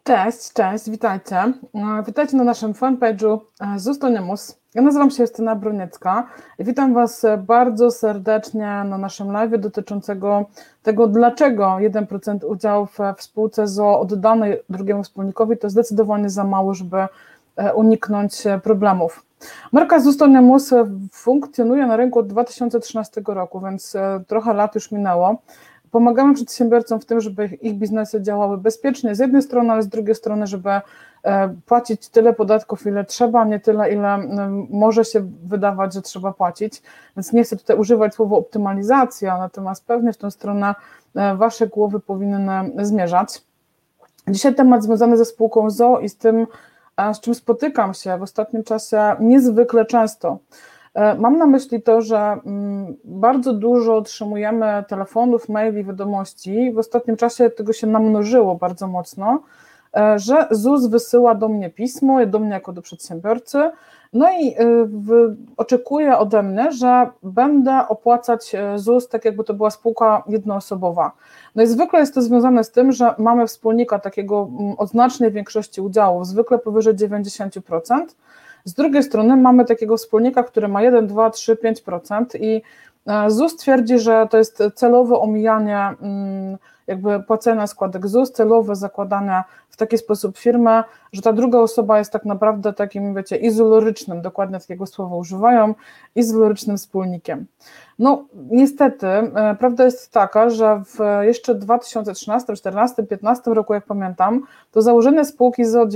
Cześć, witajcie. Witajcie na naszym fanpage'u ZUS to nie mus. Ja nazywam się Justyna Broniecka i witam Was bardzo serdecznie na naszym live dotyczącego tego, dlaczego 1% udziałów w spółce ZOO oddanej drugiemu wspólnikowi to zdecydowanie za mało, żeby uniknąć problemów. Marka ZUS to nie mus funkcjonuje na rynku od 2013 roku, więc trochę lat już minęło. Pomagamy przedsiębiorcom w tym, żeby ich biznesy działały bezpiecznie z jednej strony, ale z drugiej strony, żeby płacić tyle podatków, ile trzeba, nie tyle, ile może się wydawać, że trzeba płacić. Więc nie chcę tutaj używać słowa optymalizacja, natomiast pewnie w tę stronę Wasze głowy powinny zmierzać. Dzisiaj temat związany ze spółką ZOO i z tym, z czym spotykam się w ostatnim czasie niezwykle często. Mam na myśli to, że bardzo dużo otrzymujemy telefonów, maili, wiadomości. W ostatnim czasie tego się namnożyło bardzo mocno, że ZUS wysyła do mnie pismo, do mnie jako do przedsiębiorcy, no i oczekuje ode mnie, że będę opłacać ZUS tak, jakby to była spółka jednoosobowa. No i zwykle jest to związane z tym, że mamy wspólnika takiego o znacznej większości udziałów, zwykle powyżej 90%. Z drugiej strony mamy takiego wspólnika, który ma 1, 2, 3, 5% i ZUS twierdzi, że to jest celowe omijanie jakby płacenia składek ZUS, celowe zakładania w taki sposób firmy, że ta druga osoba jest tak naprawdę takim, wiecie, izolorycznym, dokładnie takiego słowa używają, izolorycznym wspólnikiem. No niestety, prawda jest taka, że w jeszcze 2013, 2014, 2015 roku, jak pamiętam, to założenie spółki ZOO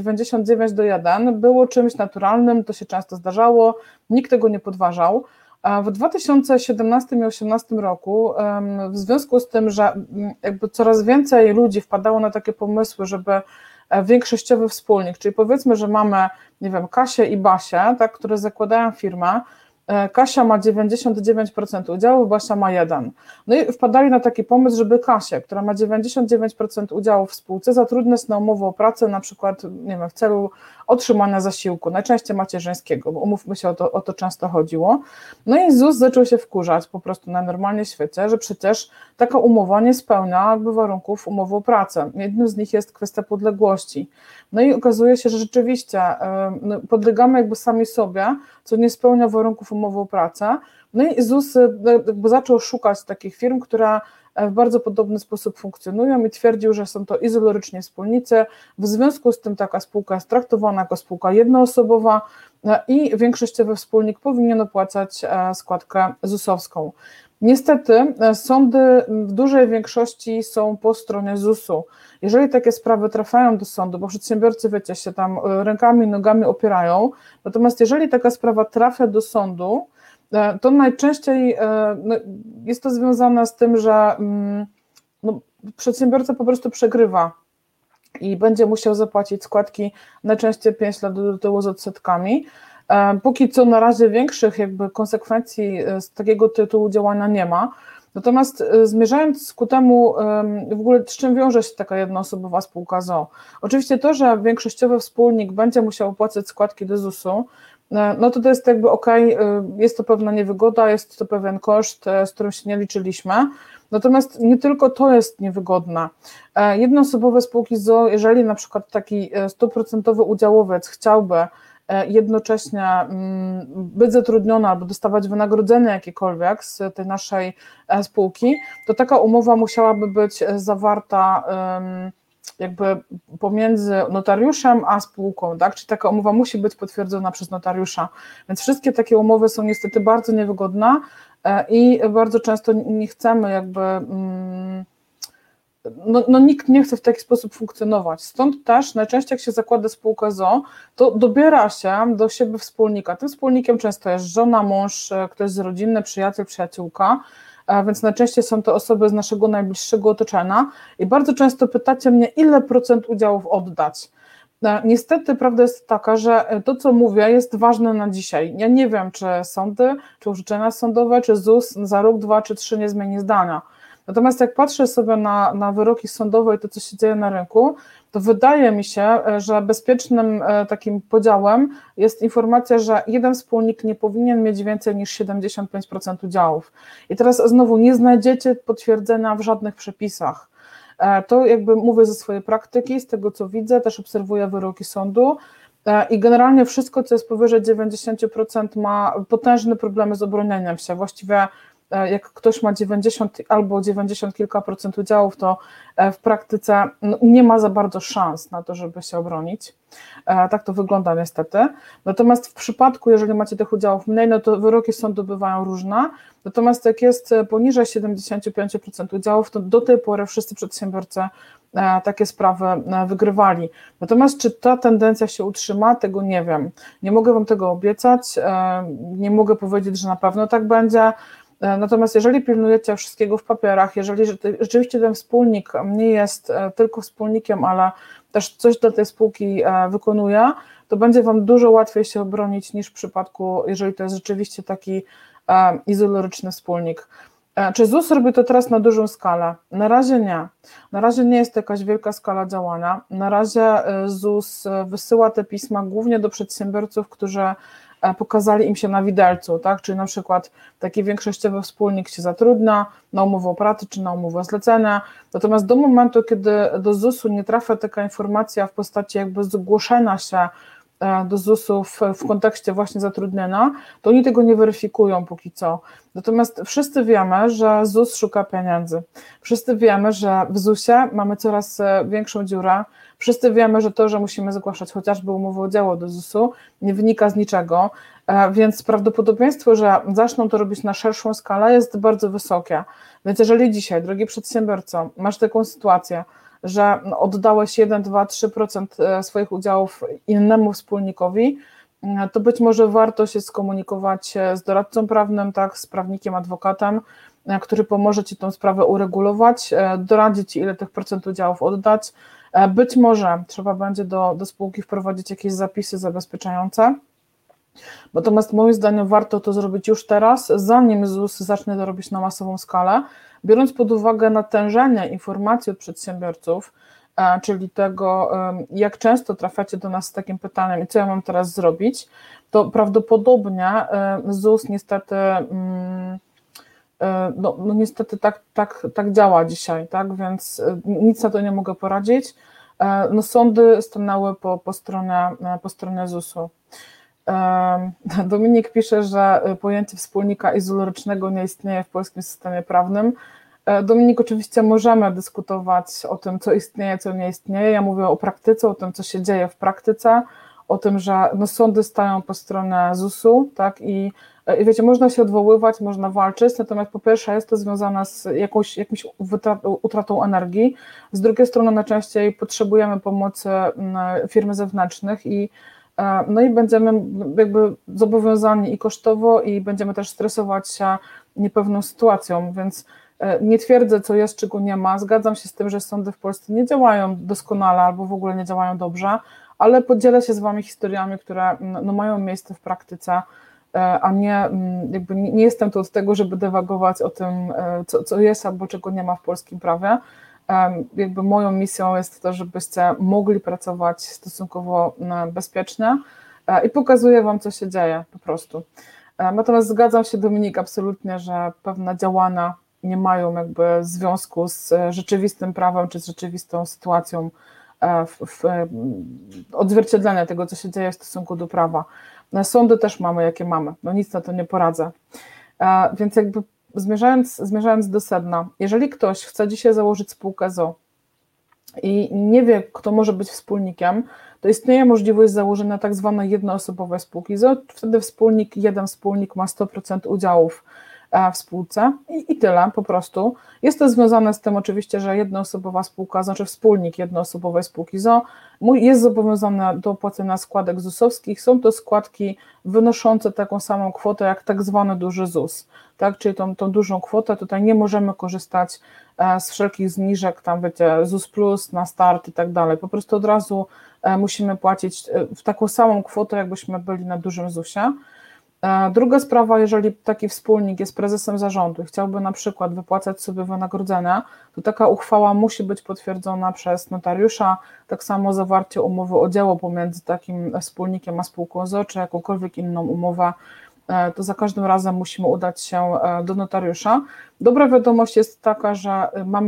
99:1 było czymś naturalnym, to się często zdarzało, nikt tego nie podważał. W 2017 i 2018 roku, w związku z tym, że jakby coraz więcej ludzi wpadało na takie pomysły, żeby większościowy wspólnik, czyli powiedzmy, że mamy, nie wiem, Kasię i Basię, tak, które zakładają firmę, Kasia ma 99% udziałów, Basia ma 1%. No i wpadali na taki pomysł, żeby Kasię, która ma 99% udziałów w spółce, zatrudniać na umowę o pracę, na przykład, nie wiem, w celu otrzymania zasiłku, najczęściej macierzyńskiego, bo umówmy się, o to często chodziło. No i ZUS zaczął się wkurzać po prostu na normalnie świecie, że przecież taka umowa nie spełnia jakby warunków umowy o pracę. Jednym z nich jest kwestia podległości. No i okazuje się, że rzeczywiście podlegamy jakby sami sobie, co nie spełnia warunków umowy o pracę. No i ZUS jakby zaczął szukać takich firm, które w bardzo podobny sposób funkcjonują i twierdził, że są to izoloryczni wspólnicy. W związku z tym taka spółka jest traktowana jako spółka jednoosobowa i większościowy wspólnik powinien opłacać składkę ZUS-owską. Niestety sądy w dużej większości są po stronie ZUS-u. Jeżeli takie sprawy trafiają do sądu, bo przedsiębiorcy, wiecie, się tam rękami, nogami opierają, natomiast jeżeli taka sprawa trafia do sądu, to najczęściej jest to związane z tym, że przedsiębiorca po prostu przegrywa i będzie musiał zapłacić składki najczęściej 5 lat do tyłu z odsetkami. Póki co na razie większych jakby konsekwencji z takiego tytułu działania nie ma. Natomiast zmierzając ku temu, w ogóle z czym wiąże się taka jednoosobowa spółka ZOO? Oczywiście to, że większościowy wspólnik będzie musiał opłacać składki do ZUS-u, no to jest jakby okej, jest to pewna niewygoda, jest to pewien koszt, z którym się nie liczyliśmy. Natomiast nie tylko to jest niewygodne. Jednoosobowe spółki ZOO, jeżeli na przykład taki 100% udziałowiec chciałby jednocześnie być zatrudniony albo dostawać wynagrodzenie jakiekolwiek z tej naszej spółki, to taka umowa musiałaby być zawarta jakby pomiędzy notariuszem a spółką, tak? Czyli taka umowa musi być potwierdzona przez notariusza. Więc wszystkie takie umowy są niestety bardzo niewygodne i bardzo często nie chcemy jakby nikt nie chce w taki sposób funkcjonować. Stąd też najczęściej jak się zakłada spółkę ZOO, to dobiera się do siebie wspólnika. Tym wspólnikiem często jest żona, mąż, ktoś z rodziny, przyjaciel, przyjaciółka, więc najczęściej są to osoby z naszego najbliższego otoczenia i bardzo często pytacie mnie, ile procent udziałów oddać. Niestety prawda jest taka, że to, co mówię, jest ważne na dzisiaj. Ja nie wiem, czy sądy, czy orzeczenia sądowe, czy ZUS za rok, 2 czy 3 nie zmieni zdania. Natomiast jak patrzę sobie na wyroki sądowe i to, co się dzieje na rynku, to wydaje mi się, że bezpiecznym takim podziałem jest informacja, że jeden wspólnik nie powinien mieć więcej niż 75% udziałów. I teraz znowu nie znajdziecie potwierdzenia w żadnych przepisach. To jakby mówię ze swojej praktyki, z tego co widzę, też obserwuję wyroki sądu i generalnie wszystko, co jest powyżej 90% ma potężne problemy z obronieniem się. Właściwie jak ktoś ma 90 albo 90 kilka procent udziałów, to w praktyce nie ma za bardzo szans na to, żeby się obronić. Tak to wygląda niestety. Natomiast w przypadku, jeżeli macie tych udziałów mniej, no to wyroki sądu bywają różne. Natomiast jak jest poniżej 75% udziałów, to do tej pory wszyscy przedsiębiorcy takie sprawy wygrywali. Natomiast czy ta tendencja się utrzyma, tego nie wiem. Nie mogę Wam tego obiecać, nie mogę powiedzieć, że na pewno tak będzie. Natomiast jeżeli pilnujecie wszystkiego w papierach, jeżeli rzeczywiście ten wspólnik nie jest tylko wspólnikiem, ale też coś dla tej spółki wykonuje, to będzie Wam dużo łatwiej się obronić niż w przypadku, jeżeli to jest rzeczywiście taki izoloryczny wspólnik. Czy ZUS robi to teraz na dużą skalę? Na razie nie. Na razie nie jest to jakaś wielka skala działania. Na razie ZUS wysyła te pisma głównie do przedsiębiorców, którzy pokazali im się na widelcu, tak? Czyli na przykład taki większościowy wspólnik się zatrudnia na umowę o pracę czy na umowę zlecenia, natomiast do momentu, kiedy do ZUS-u nie trafia taka informacja w postaci jakby zgłoszenia się do ZUS-u w kontekście właśnie zatrudnienia, to oni tego nie weryfikują póki co. Natomiast wszyscy wiemy, że ZUS szuka pieniędzy. Wszyscy wiemy, że w ZUS-ie mamy coraz większą dziurę. Wszyscy wiemy, że to, że musimy zgłaszać chociażby umowę o dzieło do ZUS-u, nie wynika z niczego, więc prawdopodobieństwo, że zaczną to robić na szerszą skalę, jest bardzo wysokie. Więc jeżeli dzisiaj, drogi przedsiębiorco, masz taką sytuację, że oddałeś 1, 2, 3% swoich udziałów innemu wspólnikowi, to być może warto się skomunikować z doradcą prawnym, tak, z prawnikiem, adwokatem, który pomoże Ci tę sprawę uregulować, doradzi Ci, ile tych procent udziałów oddać. Być może trzeba będzie do spółki wprowadzić jakieś zapisy zabezpieczające. Natomiast moim zdaniem warto to zrobić już teraz, zanim ZUS zacznie to robić na masową skalę, biorąc pod uwagę natężenie informacji od przedsiębiorców, czyli tego, jak często trafiacie do nas z takim pytaniem i co ja mam teraz zrobić, to prawdopodobnie ZUS niestety, niestety tak działa dzisiaj, tak, więc nic na to nie mogę poradzić. Sądy stanęły po stronie ZUS-u. Dominik pisze, że pojęcie wspólnika izolorycznego nie istnieje w polskim systemie prawnym. Dominik, oczywiście możemy dyskutować o tym, co istnieje, co nie istnieje. Ja mówię o praktyce, o tym, co się dzieje w praktyce, o tym, że sądy stają po stronie ZUS-u, tak, i wiecie, można się odwoływać, można walczyć, natomiast po pierwsze jest to związane z jakąś utratą energii, z drugiej strony najczęściej potrzebujemy pomocy firm zewnętrznych i będziemy jakby zobowiązani i kosztowo, i będziemy też stresować się niepewną sytuacją, więc nie twierdzę, co jest, czego nie ma. Zgadzam się z tym, że sądy w Polsce nie działają doskonale albo w ogóle nie działają dobrze, ale podzielę się z Wami historiami, które mają miejsce w praktyce, a nie jestem tu od tego, żeby dywagować o tym, co jest albo czego nie ma w polskim prawie. Jakby moją misją jest to, żebyście mogli pracować stosunkowo bezpiecznie i pokazuję Wam, co się dzieje po prostu. Natomiast zgadzam się, Dominik, absolutnie, że pewne działania nie mają jakby związku z rzeczywistym prawem czy z rzeczywistą sytuacją odzwierciedlenia tego, co się dzieje w stosunku do prawa. Sądy też mamy, jakie mamy, nic na to nie poradzę. Więc jakby zmierzając do sedna, jeżeli ktoś chce dzisiaj założyć spółkę z o.o. i nie wie, kto może być wspólnikiem, to istnieje możliwość założenia tak zwanej jednoosobowej spółki z o.o. Wtedy jeden wspólnik ma 100% udziałów w spółce i tyle po prostu. Jest to związane z tym oczywiście, że jednoosobowa spółka, znaczy wspólnik jednoosobowej spółki z o.o. jest zobowiązany do opłacenia składek ZUS-owskich. Są to składki wynoszące taką samą kwotę jak tak zwany duży ZUS, tak? Czyli tą dużą kwotę. Tutaj nie możemy korzystać z wszelkich zniżek, tam wiecie, ZUS plus na start i tak dalej. Po prostu od razu musimy płacić w taką samą kwotę, jakbyśmy byli na dużym ZUS-ie. Druga sprawa, jeżeli taki wspólnik jest prezesem zarządu i chciałby na przykład wypłacać sobie wynagrodzenia, to taka uchwała musi być potwierdzona przez notariusza, tak samo zawarcie umowy o dzieło pomiędzy takim wspólnikiem a spółką z o.o., czy jakąkolwiek inną umowę, to za każdym razem musimy udać się do notariusza. Dobra wiadomość jest taka, że mamy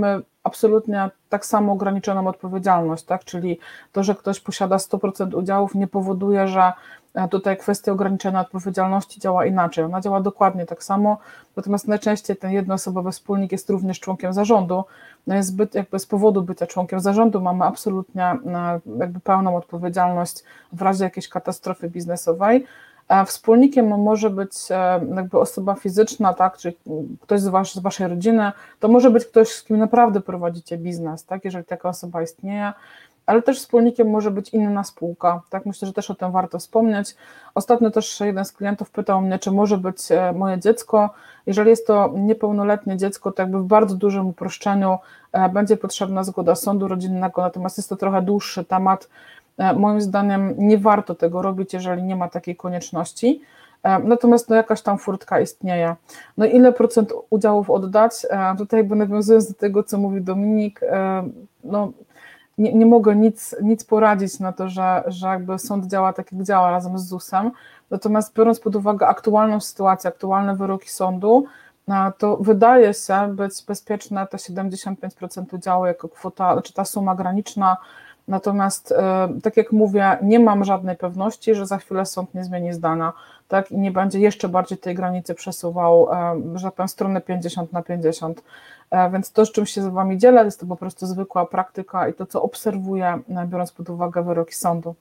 absolutnie tak samo ograniczoną odpowiedzialność, tak? Czyli to, że ktoś posiada 100% udziałów, nie powoduje, że tutaj kwestia ograniczenia odpowiedzialności działa inaczej. Ona działa dokładnie tak samo, natomiast najczęściej ten jednoosobowy wspólnik jest również członkiem zarządu. No jest jakby z powodu bycia członkiem zarządu mamy absolutnie jakby pełną odpowiedzialność w razie jakiejś katastrofy biznesowej. Wspólnikiem może być jakby osoba fizyczna, tak, czyli ktoś z waszej rodziny, to może być ktoś, z kim naprawdę prowadzicie biznes, tak, jeżeli taka osoba istnieje, ale też wspólnikiem może być inna spółka, tak, myślę, że też o tym warto wspomnieć. Ostatnio też jeden z klientów pytał mnie, czy może być moje dziecko. Jeżeli jest to niepełnoletnie dziecko, to jakby w bardzo dużym uproszczeniu będzie potrzebna zgoda sądu rodzinnego, natomiast jest to trochę dłuższy temat. Moim zdaniem nie warto tego robić, jeżeli nie ma takiej konieczności, natomiast jakaś tam furtka istnieje. No ile procent udziałów oddać? Tutaj jakby nawiązując do tego, co mówi Dominik, no nie mogę nic poradzić na to, że jakby sąd działa tak, jak działa razem z ZUS-em, natomiast biorąc pod uwagę aktualną sytuację, aktualne wyroki sądu, to wydaje się być bezpieczne te 75% udziału jako kwota, znaczy ta suma graniczna. Natomiast, tak jak mówię, nie mam żadnej pewności, że za chwilę sąd nie zmieni zdania, tak, i nie będzie jeszcze bardziej tej granicy przesuwał, że tak powiem, stronę 50/50. Więc to, z czym się z Wami dzielę, jest to po prostu zwykła praktyka i to, co obserwuję, biorąc pod uwagę wyroki sądu.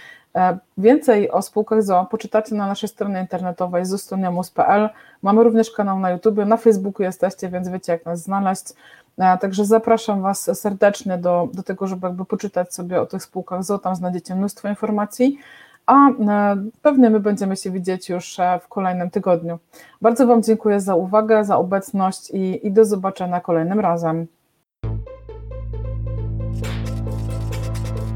Więcej o spółkach z o.o. poczytacie na naszej stronie internetowej zustoniamus.pl. Mamy również kanał na YouTube, na Facebooku jesteście, więc wiecie, jak nas znaleźć. Także zapraszam Was serdecznie do tego, żeby jakby poczytać sobie o tych spółkach z o.o., tam znajdziecie mnóstwo informacji, a pewnie my będziemy się widzieć już w kolejnym tygodniu. Bardzo Wam dziękuję za uwagę, za obecność i do zobaczenia kolejnym razem.